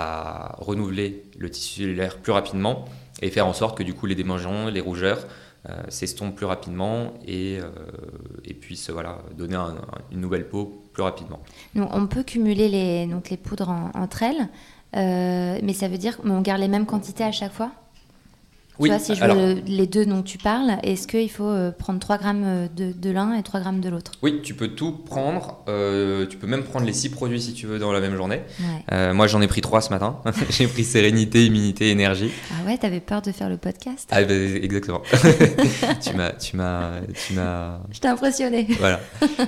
à renouveler le tissu cellulaire plus rapidement et faire en sorte que du coup les démangeaisons, les rougeurs euh, s'estompent plus rapidement et, euh, et puissent voilà, donner un, un, une nouvelle peau plus rapidement. Donc, on peut cumuler les, donc, les poudres en, entre elles, euh, mais ça veut dire qu'on garde les mêmes quantités à chaque fois? Oui, tu vois, si je alors, veux les deux dont tu parles, est-ce qu'il faut euh, prendre trois grammes de, de l'un et trois grammes de l'autre? oui, tu peux tout prendre. Euh, tu peux même prendre les six produits si tu veux dans la même journée. Ouais. Euh, moi, j'en ai pris trois ce matin. J'ai pris sérénité, immunité, énergie. Ah ouais, t'avais peur de faire le podcast? Ah, bah, exactement. tu m'as, tu m'as, tu m'as. Je t'ai impressionné. Voilà.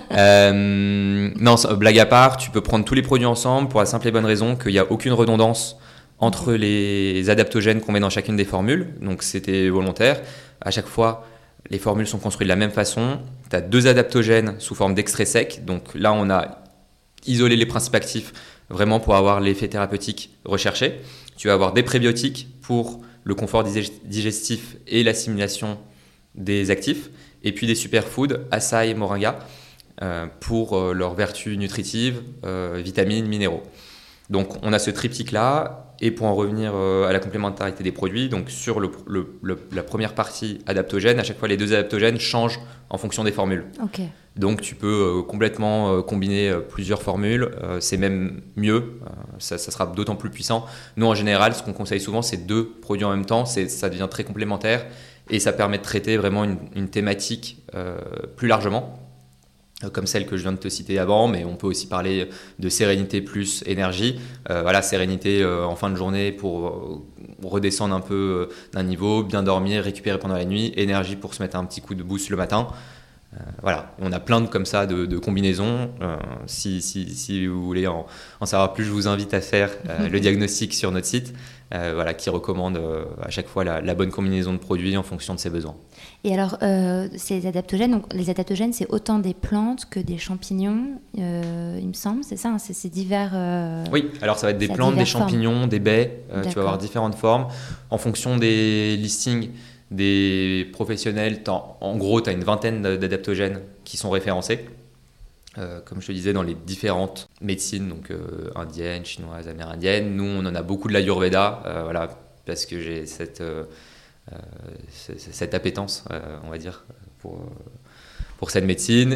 Euh, non, blague à part, tu peux prendre tous les produits ensemble pour la simple et bonne raison qu'il n'y a aucune redondance entre les adaptogènes qu'on met dans chacune des formules. Donc c'était volontaire. À chaque fois, les formules sont construites de la même façon. Tu as deux adaptogènes sous forme d'extrait sec. Donc là, on a isolé les principes actifs vraiment pour avoir l'effet thérapeutique recherché. Tu vas avoir des prébiotiques pour le confort digestif et l'assimilation des actifs. Et puis des superfoods, açaï et moringa, euh, pour euh, leurs vertus nutritives, euh, vitamines, minéraux. Donc on a ce triptyque-là. Et pour en revenir euh, à la complémentarité des produits, donc sur le, le, le, la première partie adaptogène, à chaque fois les deux adaptogènes changent en fonction des formules. Ok. Donc tu peux euh, complètement euh, combiner euh, plusieurs formules, euh, c'est même mieux, euh, ça, ça sera d'autant plus puissant. Nous en général, ce qu'on conseille souvent, c'est deux produits en même temps, c'est, ça devient très complémentaire et ça permet de traiter vraiment une, une thématique euh, plus largement, comme celle que je viens de te citer avant, mais on peut aussi parler de sérénité plus énergie. Euh, voilà, sérénité euh, en fin de journée pour euh, redescendre un peu euh, d'un niveau, bien dormir, récupérer pendant la nuit, énergie pour se mettre un petit coup de boost le matin. Euh, voilà, on a plein de comme ça de, de combinaisons. Euh, si, si, si vous voulez en, en savoir plus, je vous invite à faire euh, le diagnostic sur notre site, euh, voilà, qui recommande euh, à chaque fois la, la bonne combinaison de produits en fonction de ses besoins. Et alors, euh, ces adaptogènes, donc les adaptogènes, c'est autant des plantes que des champignons, euh, il me semble, c'est ça, hein, c'est, c'est divers. Euh... Oui, alors ça va être des plantes, des champignons, formes. Des baies. Euh, tu vas avoir différentes formes en fonction des listings des professionnels. En gros, tu as une vingtaine d'adaptogènes qui sont référencés. Euh, comme je te disais, dans les différentes médecines, donc euh, indiennes, chinoises, amérindiennes. Nous, on en a beaucoup de l'Ayurveda, euh, voilà, parce que j'ai cette, euh, euh, cette appétence, euh, on va dire, pour, pour cette médecine.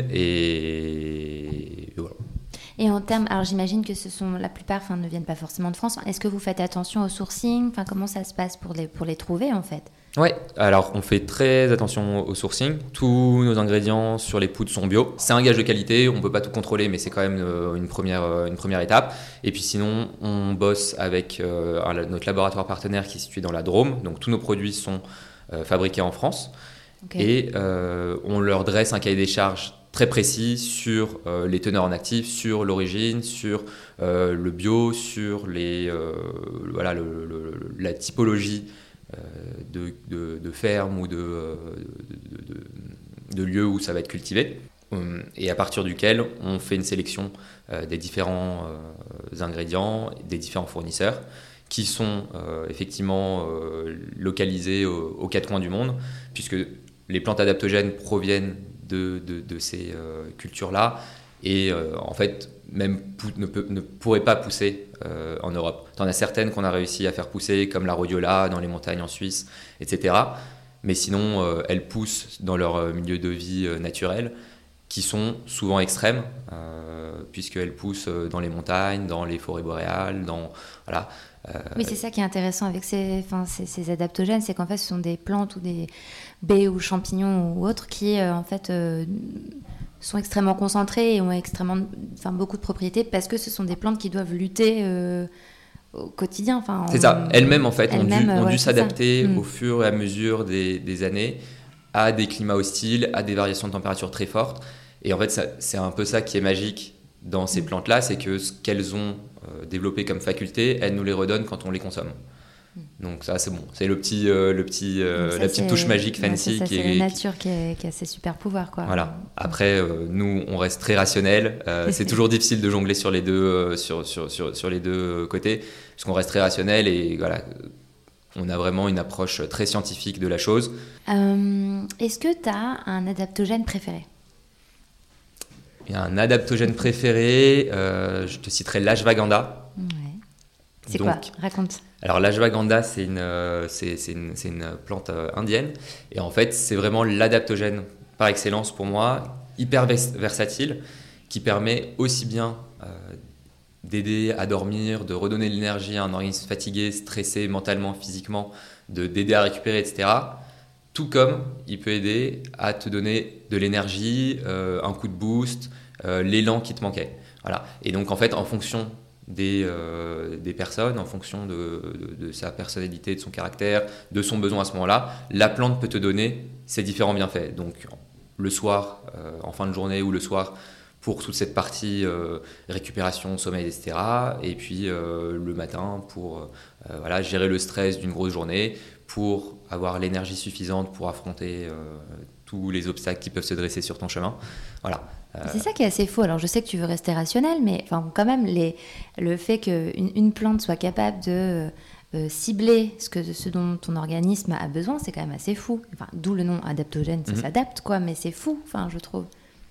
Et, et voilà. Et en termes, alors j'imagine que ce sont la plupart, enfin, ne viennent pas forcément de France. Est-ce que vous faites attention au sourcing? Enfin, comment ça se passe pour les, pour les trouver en fait? Ouais, alors on fait très attention au sourcing. Tous nos ingrédients sur les poudres sont bio. C'est un gage de qualité, on ne peut pas tout contrôler, mais c'est quand même une première, une première étape. Et puis sinon, on bosse avec euh, notre laboratoire partenaire qui est situé dans la Drôme. Donc tous nos produits sont euh, fabriqués en France. Okay. Et euh, on leur dresse un cahier des charges très précis sur euh, les teneurs en actifs, sur l'origine, sur euh, le bio, sur les, euh, voilà, le, le, la typologie euh, de, de, de ferme ou de, de, de, de, de lieu où ça va être cultivé. Et à partir duquel on fait une sélection euh, des différents euh, ingrédients, des différents fournisseurs qui sont euh, effectivement euh, localisés aux, aux quatre coins du monde, puisque les plantes adaptogènes proviennent de, de, de ces euh, cultures-là et euh, en fait même pou- ne, peut, ne pourraient pas pousser euh, en Europe. T'en as certaines qu'on a réussi à faire pousser, comme la rhodiola dans les montagnes en Suisse, et cetera. Mais sinon, euh, elles poussent dans leur milieu de vie euh, naturel, qui sont souvent extrêmes, euh, puisqu'elles poussent dans les montagnes, dans les forêts boréales, dans... Voilà. Euh, oui, c'est ça qui est intéressant avec ces, enfin, ces, ces adaptogènes, c'est qu'en fait, ce sont des plantes ou des baies ou champignons ou autres qui, euh, en fait, euh, sont extrêmement concentrés et ont extrêmement, enfin, beaucoup de propriétés parce que ce sont des plantes qui doivent lutter euh, au quotidien. Enfin, c'est on, ça. Elles-mêmes, en fait, elles-mêmes, ont dû, ont ouais, dû s'adapter mmh. au fur et à mesure des, des années à des climats hostiles, à des variations de température très fortes. Et en fait, ça, c'est un peu ça qui est magique dans ces plantes-là, c'est que ce qu'elles ont euh, développé comme faculté, elles nous les redonnent quand on les consomme. Donc ça, c'est bon. C'est le petit, euh, le petit, euh, ça, la petite touche magique fancy. Ouais, ça, qui c'est est, la nature qui, est, qui a ses super pouvoirs, quoi. Voilà. Après, euh, nous, on reste très rationnel. Euh, c'est toujours difficile de jongler sur les deux, euh, sur, sur, sur, sur les deux côtés, parce qu'on reste très rationnel et voilà. On a vraiment une approche très scientifique de la chose. Euh, est-ce que tu as un adaptogène préféré ? Il y a un adaptogène préféré, euh, je te citerai l'ashwagandha. Ouais. C'est Donc, quoi ? Raconte. Alors l'ashwagandha, c'est une, euh, c'est, c'est une, c'est une plante euh, indienne. Et en fait, c'est vraiment l'adaptogène par excellence pour moi, hyper vers- versatile, qui permet aussi bien euh, d'aider à dormir, de redonner de l'énergie à un organisme fatigué, stressé mentalement, physiquement, de, d'aider à récupérer, et cetera. Tout comme il peut aider à te donner de l'énergie, euh, un coup de boost, euh, l'élan qui te manquait. Voilà. Et donc en fait, en fonction des, euh, des personnes, en fonction de, de, de sa personnalité, de son caractère, de son besoin à ce moment-là, la plante peut te donner ces différents bienfaits. Donc le soir, euh, en fin de journée ou le soir, pour toute cette partie euh, récupération, sommeil, et cetera. Et puis euh, le matin pour euh, voilà, gérer le stress d'une grosse journée, pour avoir l'énergie suffisante pour affronter euh, tous les obstacles qui peuvent se dresser sur ton chemin. Voilà. Euh... C'est ça qui est assez fou. Alors je sais que tu veux rester rationnel, mais enfin, quand même, les, le fait qu'une une plante soit capable de euh, cibler ce, que, ce dont ton organisme a besoin, c'est quand même assez fou. Enfin, d'où le nom adaptogène, ça mm-hmm. s'adapte, quoi, mais c'est fou, enfin, je trouve.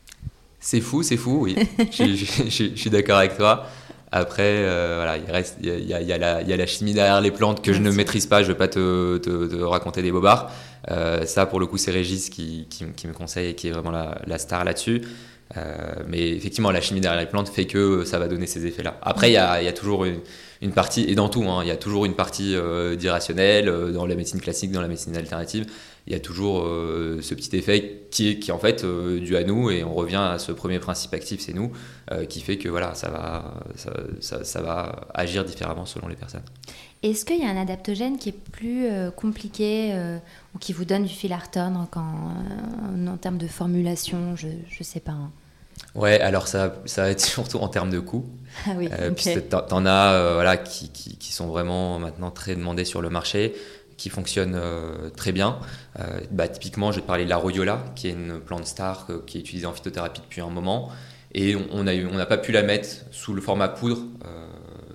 C'est fou, c'est fou, oui. je, je, je, je suis d'accord avec toi. Après, euh, voilà, il reste, il y a, il y a la, il y a la chimie derrière les plantes que Bien je sûr. ne maîtrise pas. Je ne vais pas te, te, te raconter des bobards. Euh, ça, pour le coup, c'est Régis qui, qui, qui me conseille et qui est vraiment la, la star là-dessus. Euh, mais effectivement, la chimie derrière les plantes fait que ça va donner ces effets-là. Après, il y a, il y a toujours une, une partie, et dans tout, hein, il y a toujours une partie euh, d'irrationnel euh, dans la médecine classique, dans la médecine alternative. Il y a toujours euh, ce petit effet qui est, qui est en fait euh, dû à nous, et on revient à ce premier principe actif, c'est nous, euh, qui fait que voilà, ça va, ça, ça, ça va agir différemment selon les personnes. Est-ce qu'il y a un adaptogène qui est plus euh, compliqué euh, ou qui vous donne du fil à retordre quand, euh, en termes de formulation, je ne sais pas. Hein. Ouais, alors ça, ça va être surtout en termes de coûts. Ah oui, euh, okay. Puis t'en, t'en as euh, voilà, qui, qui, qui sont vraiment maintenant très demandés sur le marché, qui fonctionnent euh, très bien. Euh, bah, typiquement, je vais te parler de la rhodiola, qui est une plante star euh, qui est utilisée en phytothérapie depuis un moment. Et on n'a on on pas pu la mettre sous le format poudre euh,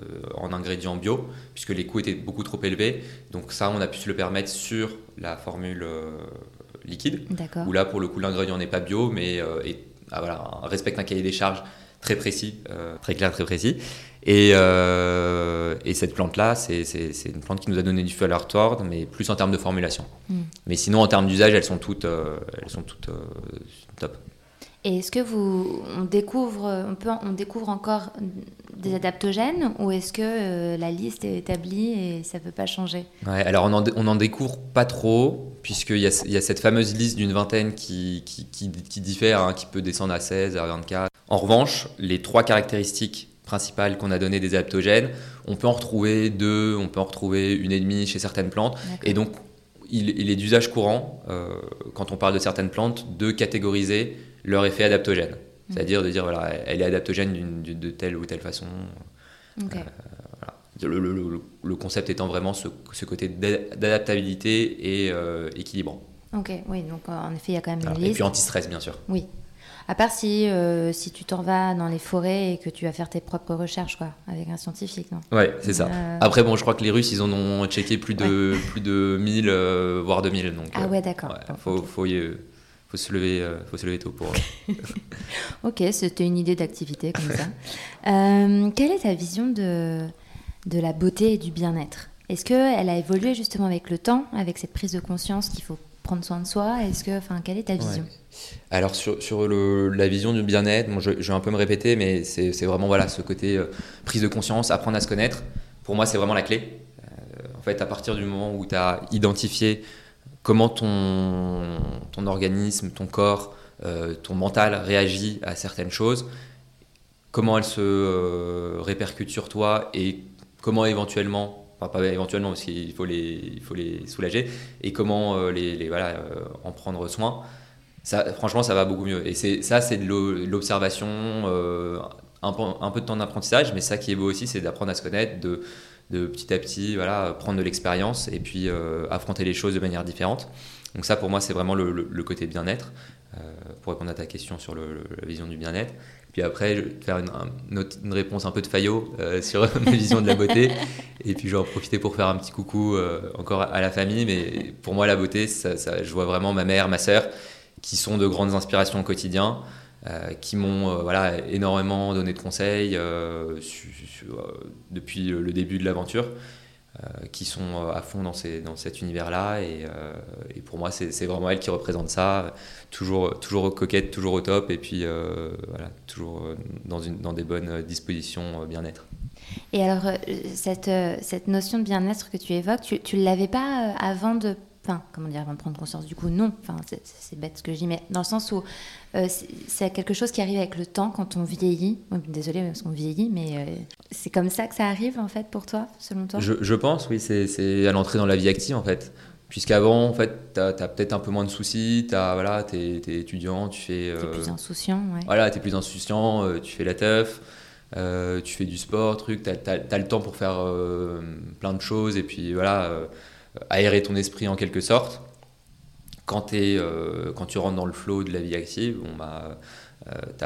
en ingrédients bio, puisque les coûts étaient beaucoup trop élevés. Donc ça, on a pu se le permettre sur la formule euh, liquide, D'accord. où là, pour le coup, l'ingrédient n'est pas bio, mais euh, est, ah, voilà, respecte un cahier des charges très précis, euh, très clair, très précis. Et, euh, et cette plante-là, c'est, c'est, c'est une plante qui nous a donné du fil à retordre, mais plus en termes de formulation. Mm. Mais sinon, en termes d'usage, elles sont toutes, euh, elles sont toutes euh, top. Et est-ce que vous, on découvre, on peut, on découvre encore des adaptogènes, ou est-ce que euh, la liste est établie et ça ne peut pas changer ? Ouais, alors on en, on en découvre pas trop, puisqu'il y a, il y a cette fameuse liste d'une vingtaine qui, qui, qui, qui diffère, hein, qui peut descendre à seize, à vingt-quatre. En revanche, les trois caractéristiques principales qu'on a données des adaptogènes, on peut en retrouver deux, on peut en retrouver une et demie chez certaines plantes. D'accord. Et donc, il, il est d'usage courant, euh, quand on parle de certaines plantes, de catégoriser leur effet adaptogène. Mmh. C'est-à-dire de dire, voilà, elle est adaptogène d'une, d'une, de telle ou telle façon. Okay. Euh, voilà. le, le, le, le concept étant vraiment ce, ce côté d'adaptabilité et euh, équilibrant. Ok, oui, donc en effet, il y a quand même une voilà. liste. Et puis anti-stress, bien sûr. Oui. À part si, euh, si tu t'en vas dans les forêts et que tu vas faire tes propres recherches, quoi, avec un scientifique, non ? Ouais, c'est ça. Euh... Après, bon, je crois que les Russes, ils en ont checké plus de, ouais. plus de mille, euh, voire deux mille. Donc, ah ouais, d'accord. Il ouais, faut, okay. faut, faut, faut, se lever, euh, faut se lever tôt pour... Ok, c'était une idée d'activité comme ça. euh, quelle est ta vision de, de la beauté et du bien-être ? Est-ce qu'elle a évolué justement avec le temps, avec cette prise de conscience qu'il faut prendre soin de soi ? Est-ce que, enfin, quelle est ta vision ? Ouais. Alors sur, sur le, la vision du bien-être, bon, je, je vais un peu me répéter, mais c'est, c'est vraiment voilà, ce côté euh, prise de conscience, apprendre à se connaître. Pour moi, c'est vraiment la clé. Euh, en fait, à partir du moment où tu as identifié comment ton, ton organisme, ton corps, euh, ton mental réagit à certaines choses, comment elles se euh, répercutent sur toi et comment éventuellement... Enfin, pas éventuellement parce qu'il faut les, il faut les soulager et comment euh, les, les, voilà, euh, en prendre soin, ça, franchement ça va beaucoup mieux et c'est, ça c'est de l'observation, euh, un, un peu de temps d'apprentissage, mais ça qui est beau aussi c'est d'apprendre à se connaître, de, de petit à petit voilà, prendre de l'expérience et puis euh, affronter les choses de manière différente. Donc ça pour moi c'est vraiment le, le, le côté bien-être, euh, pour répondre à ta question sur le, le, la vision du bien-être. Puis après, je vais faire une, une, autre, une réponse un peu de Fayot euh, sur ma vision de la beauté. Et puis, je vais en profiter pour faire un petit coucou euh, encore à la famille. Mais pour moi, la beauté, ça, ça, je vois vraiment ma mère, ma sœur, qui sont de grandes inspirations au quotidien, euh, qui m'ont euh, voilà, énormément donné de conseils euh, su, su, euh, depuis le début de l'aventure, euh, qui sont à fond dans, ces, dans cet univers-là. Et, euh, et pour moi, c'est, c'est vraiment elle qui représente ça. Toujours, toujours coquette, toujours au top, et puis euh, voilà, toujours dans, une, dans des bonnes dispositions bien-être. Et alors, cette, cette notion de bien-être que tu évoques, tu ne l'avais pas avant de... Enfin, comment dire, avant de prendre conscience, du coup, non. Enfin, c'est, c'est bête ce que je dis, mais dans le sens où euh, c'est, c'est quelque chose qui arrive avec le temps, quand on vieillit. Désolée, parce qu'on vieillit, mais euh, c'est comme ça que ça arrive, en fait, pour toi, selon toi ? Je, je pense, oui, c'est, c'est à l'entrée dans la vie active, en fait. Puisqu'avant, en fait, tu as peut-être un peu moins de soucis, voilà, tu es étudiant, tu fais... Euh, tu es plus insouciant, ouais. Voilà, tu es plus insouciant, euh, tu fais la teuf, euh, tu fais du sport, truc, tu as le temps pour faire euh, plein de choses et puis voilà, euh, aérer ton esprit en quelque sorte. Quand, t'es, euh, quand tu rentres dans le flow de la vie active, bon, bah, euh, tu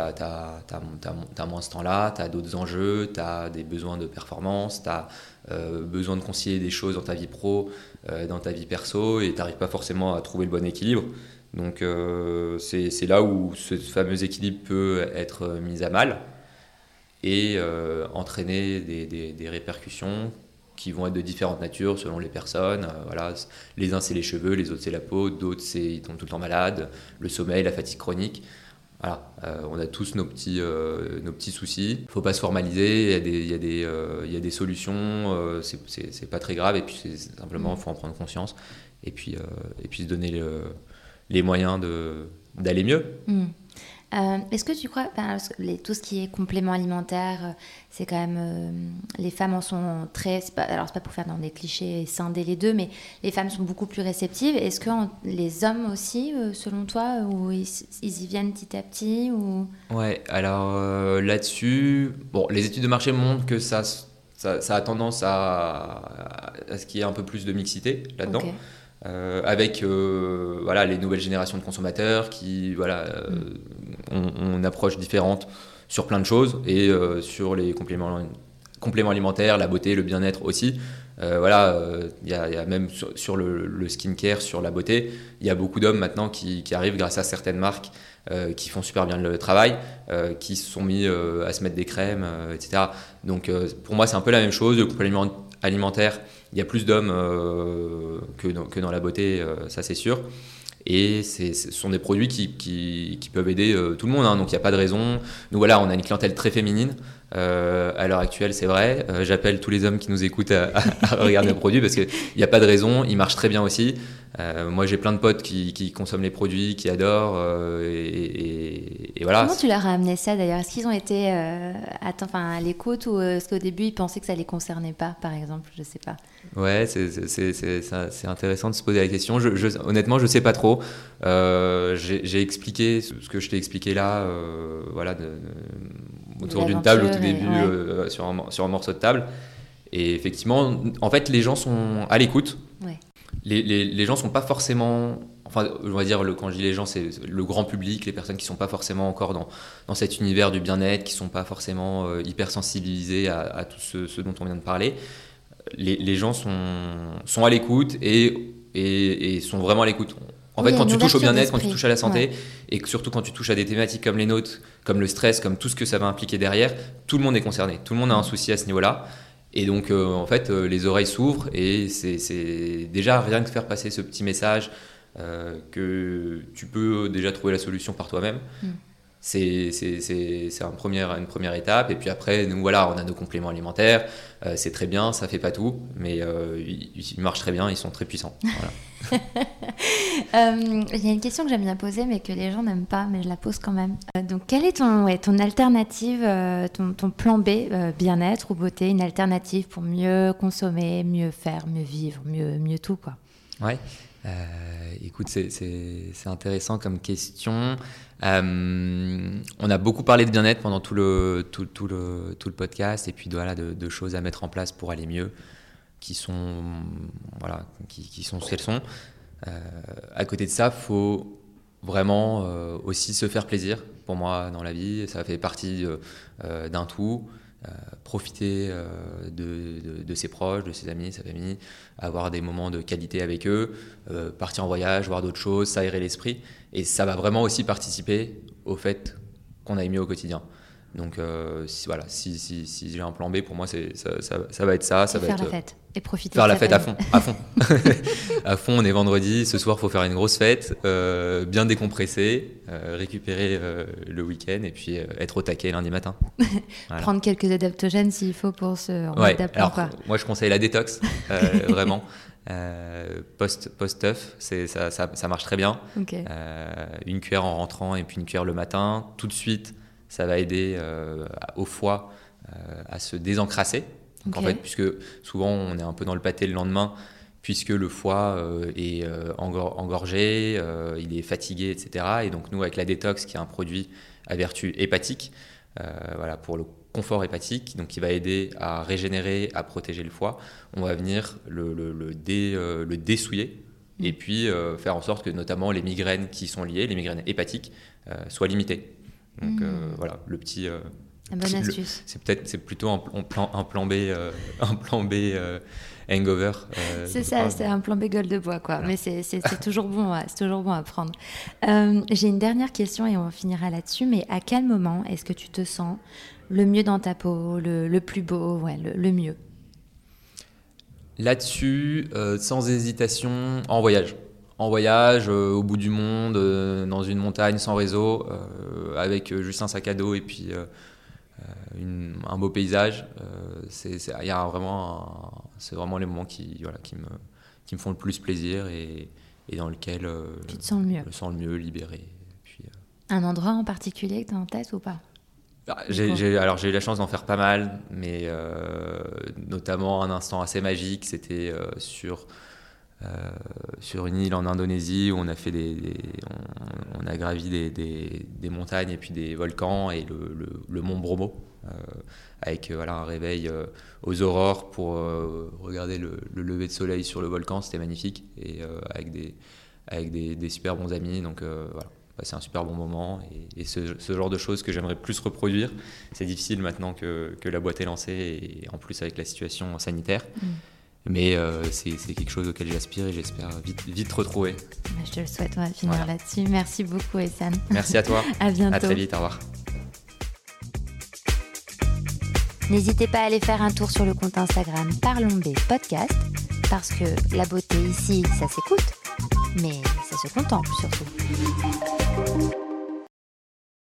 as moins ce temps-là, tu as d'autres enjeux, tu as des besoins de performance, tu as euh, besoin de concilier des choses dans ta vie pro, euh, dans ta vie perso, et tu n'arrives pas forcément à trouver le bon équilibre. Donc euh, c'est, c'est là où ce fameux équilibre peut être mis à mal et euh, entraîner des, des, des répercussions qui vont être de différentes natures selon les personnes. Euh, voilà. Les uns c'est les cheveux, les autres c'est la peau, d'autres c'est, ils tombent tout le temps malades, le sommeil, la fatigue chronique. Voilà, euh, on a tous nos petits, euh, nos petits soucis. Il ne faut pas se formaliser, il y a des, il y a des, euh, il y a des solutions, euh, c'est, c'est, c'est pas très grave, et puis c'est, simplement il faut en prendre conscience et puis, euh, et puis se donner le, les moyens de, d'aller mieux. Mmh. Euh, est-ce que tu crois, ben, les, tout ce qui est complément alimentaire, euh, c'est quand même, euh, les femmes en sont très, c'est pas, alors c'est pas pour faire dans des clichés et scinder les deux, mais les femmes sont beaucoup plus réceptives. Est-ce que en, les hommes aussi, euh, selon toi, ou ils, ils y viennent petit à petit ou... Ouais, alors euh, là-dessus, bon, les études de marché montrent que ça, ça, ça a tendance à, à ce qu'il y ait un peu plus de mixité là-dedans. Okay. Euh, avec euh, voilà, les nouvelles générations de consommateurs qui voilà, euh, mm. ont, ont une approche différente sur plein de choses et euh, sur les compléments, compléments alimentaires, la beauté, le bien-être aussi. Euh, voilà, il euh, y, y a même sur, sur le, le skincare, sur la beauté, il y a beaucoup d'hommes maintenant qui, qui arrivent grâce à certaines marques euh, qui font super bien le travail, euh, qui se sont mis euh, à se mettre des crèmes, euh, et cetera. Donc euh, pour moi c'est un peu la même chose, le complément alimentaire. Il y a plus d'hommes euh, que, dans, que dans la beauté, euh, ça c'est sûr. Et c'est, ce sont des produits qui, qui, qui peuvent aider euh, tout le monde, hein, donc il n'y a pas de raison. Nous voilà, on a une clientèle très féminine euh, à l'heure actuelle, c'est vrai. Euh, j'appelle tous les hommes qui nous écoutent à, à, à regarder nos produits parce qu'il n'y a pas de raison, ils marchent très bien aussi. Euh, moi, j'ai plein de potes qui, qui consomment les produits, qui adorent, euh, et, et, et voilà. Comment tu leur as amené ça d'ailleurs ? Est-ce qu'ils ont été euh, att- enfin, à l'écoute ou est-ce qu'au début ils pensaient que ça les concernait pas, par exemple ? Je sais pas. Ouais, c'est, c'est, c'est, c'est, c'est intéressant de se poser la question. Je, je, honnêtement, je sais pas trop. Euh, j'ai, j'ai expliqué ce que je t'ai expliqué là, euh, voilà, de, de, autour d'une table au tout début, ouais. euh, sur, un, sur un morceau de table. Et effectivement, en fait, les gens sont à l'écoute. Ouais. Les, les, les gens sont pas forcément, enfin, on va dire, le, quand je dis les gens, c'est le grand public, les personnes qui sont pas forcément encore dans, dans cet univers du bien-être, qui sont pas forcément euh, hyper sensibilisés à, à tout ce, ce dont on vient de parler. Les, les gens sont, sont à l'écoute et, et, et sont vraiment à l'écoute. En oui, fait, quand tu touches au bien-être, d'esprit. Quand tu touches à la santé, ouais. Et surtout quand tu touches à des thématiques comme les nôtres, comme le stress, comme tout ce que ça va impliquer derrière, tout le monde est concerné. Tout le monde a un souci à ce niveau-là. Et donc, euh, en fait, euh, les oreilles s'ouvrent et c'est, c'est déjà rien que faire passer ce petit message euh, que tu peux déjà trouver la solution par toi-même. Mm. C'est, c'est, c'est, c'est un premier, une première étape. Et puis après, nous, voilà, on a nos compléments alimentaires. Euh, c'est très bien, ça fait pas tout, mais euh, ils, ils marchent très bien, ils sont très puissants. Voilà. euh, il y a une question que j'aime bien poser, mais que les gens n'aiment pas, mais je la pose quand même. Euh, donc, quelle est ton, ouais, ton alternative, euh, ton, ton plan B, euh, bien-être ou beauté, une alternative pour mieux consommer, mieux faire, mieux vivre, mieux, mieux tout, quoi. Ouais. Euh, écoute, c'est, c'est, c'est intéressant comme question. Euh, on a beaucoup parlé de bien-être pendant tout le, tout, tout le, tout le podcast et puis voilà, de, de choses à mettre en place pour aller mieux, qui sont, voilà, qui, qui sont ce qu'elles sont. Euh, à côté de ça, il faut vraiment euh, aussi se faire plaisir. Pour moi, dans la vie, ça fait partie euh, d'un tout. Euh, profiter euh, de, de, de ses proches, de ses amis, sa famille, avoir des moments de qualité avec eux, euh, partir en voyage, voir d'autres choses, s'aérer l'esprit. Et ça va vraiment aussi participer au fait qu'on aille mieux au quotidien. Donc euh, si, voilà, si, si, si j'ai un plan B, pour moi, c'est, ça, ça, ça va être ça. ça et va faire être, la fête. Et profiter faire de la fête famille. à fond. À fond. À fond, on est vendredi. Ce soir, il faut faire une grosse fête, euh, bien décompresser, euh, récupérer euh, le week-end et puis euh, être au taquet lundi matin. Voilà. Prendre quelques adaptogènes s'il faut pour se ouais, alors, moi, je conseille la détox, euh, vraiment. Euh, post, post-teuf, c'est, ça, ça, ça marche très bien. Okay. Euh, une cuillère en rentrant et puis une cuillère le matin. Tout de suite, ça va aider euh, au foie euh, à se désencrasser. Donc, okay. En fait, puisque souvent on est un peu dans le pâté le lendemain, puisque le foie euh, est euh, engor- engorgé, euh, il est fatigué, et cetera. Et donc nous, avec la détox, qui est un produit à vertu hépatique, euh, voilà, pour le confort hépatique, donc qui va aider à régénérer, à protéger le foie, on va venir le, le, le, dé, euh, le dessouiller mmh. et puis euh, faire en sorte que notamment les migraines qui sont liées, les migraines hépatiques, euh, soient limitées. Donc mmh. euh, voilà, le petit... Euh, Une bonne astuce. Le, c'est peut-être c'est plutôt un, un plan un plan B euh, un plan B euh, hangover. Euh, c'est ça, c'est un plan B gueule de bois quoi. Voilà. Mais c'est, c'est, c'est toujours bon, ouais, c'est toujours bon à prendre. Euh, j'ai une dernière question et on finira là-dessus. Mais à quel moment est-ce que tu te sens le mieux dans ta peau, le, le plus beau, ouais, le, le mieux? Là-dessus, euh, sans hésitation, en voyage. En voyage, euh, au bout du monde, euh, dans une montagne sans réseau, euh, avec euh, juste un sac à dos et puis euh, une, un beau paysage. Euh, c'est, c'est, y a vraiment un, c'est vraiment les moments qui, voilà, qui, me, qui me font le plus plaisir et, et dans lesquels euh, tu te sens le mieux. Je me sens le mieux, libéré. Et puis, euh... Un endroit en particulier que tu as en tête ou pas? J'ai, j'ai, alors j'ai eu la chance d'en faire pas mal, mais euh, notamment un instant assez magique, c'était euh, sur... Euh, sur une île en Indonésie où on a fait des, des on, on a gravi des, des, des montagnes et puis des volcans et le, le, le mont Bromo euh, avec euh, voilà, un réveil euh, aux aurores pour euh, regarder le, le lever de soleil sur le volcan, c'était magnifique et euh, avec des avec des, des super bons amis, donc euh, voilà, c'est un super bon moment et, et ce, ce genre de choses que j'aimerais plus reproduire. C'est difficile maintenant que, que la boîte est lancée et en plus avec la situation sanitaire. Mm. Mais euh, c'est, c'est quelque chose auquel j'aspire et j'espère vite, vite retrouver. Je te le souhaite, on va finir voilà. là-dessus. Merci beaucoup, Essane. Merci à toi. À bientôt. À très vite, au revoir. N'hésitez pas à aller faire un tour sur le compte Instagram Parlons B Podcast, parce que la beauté ici, ça s'écoute, mais ça se contemple surtout.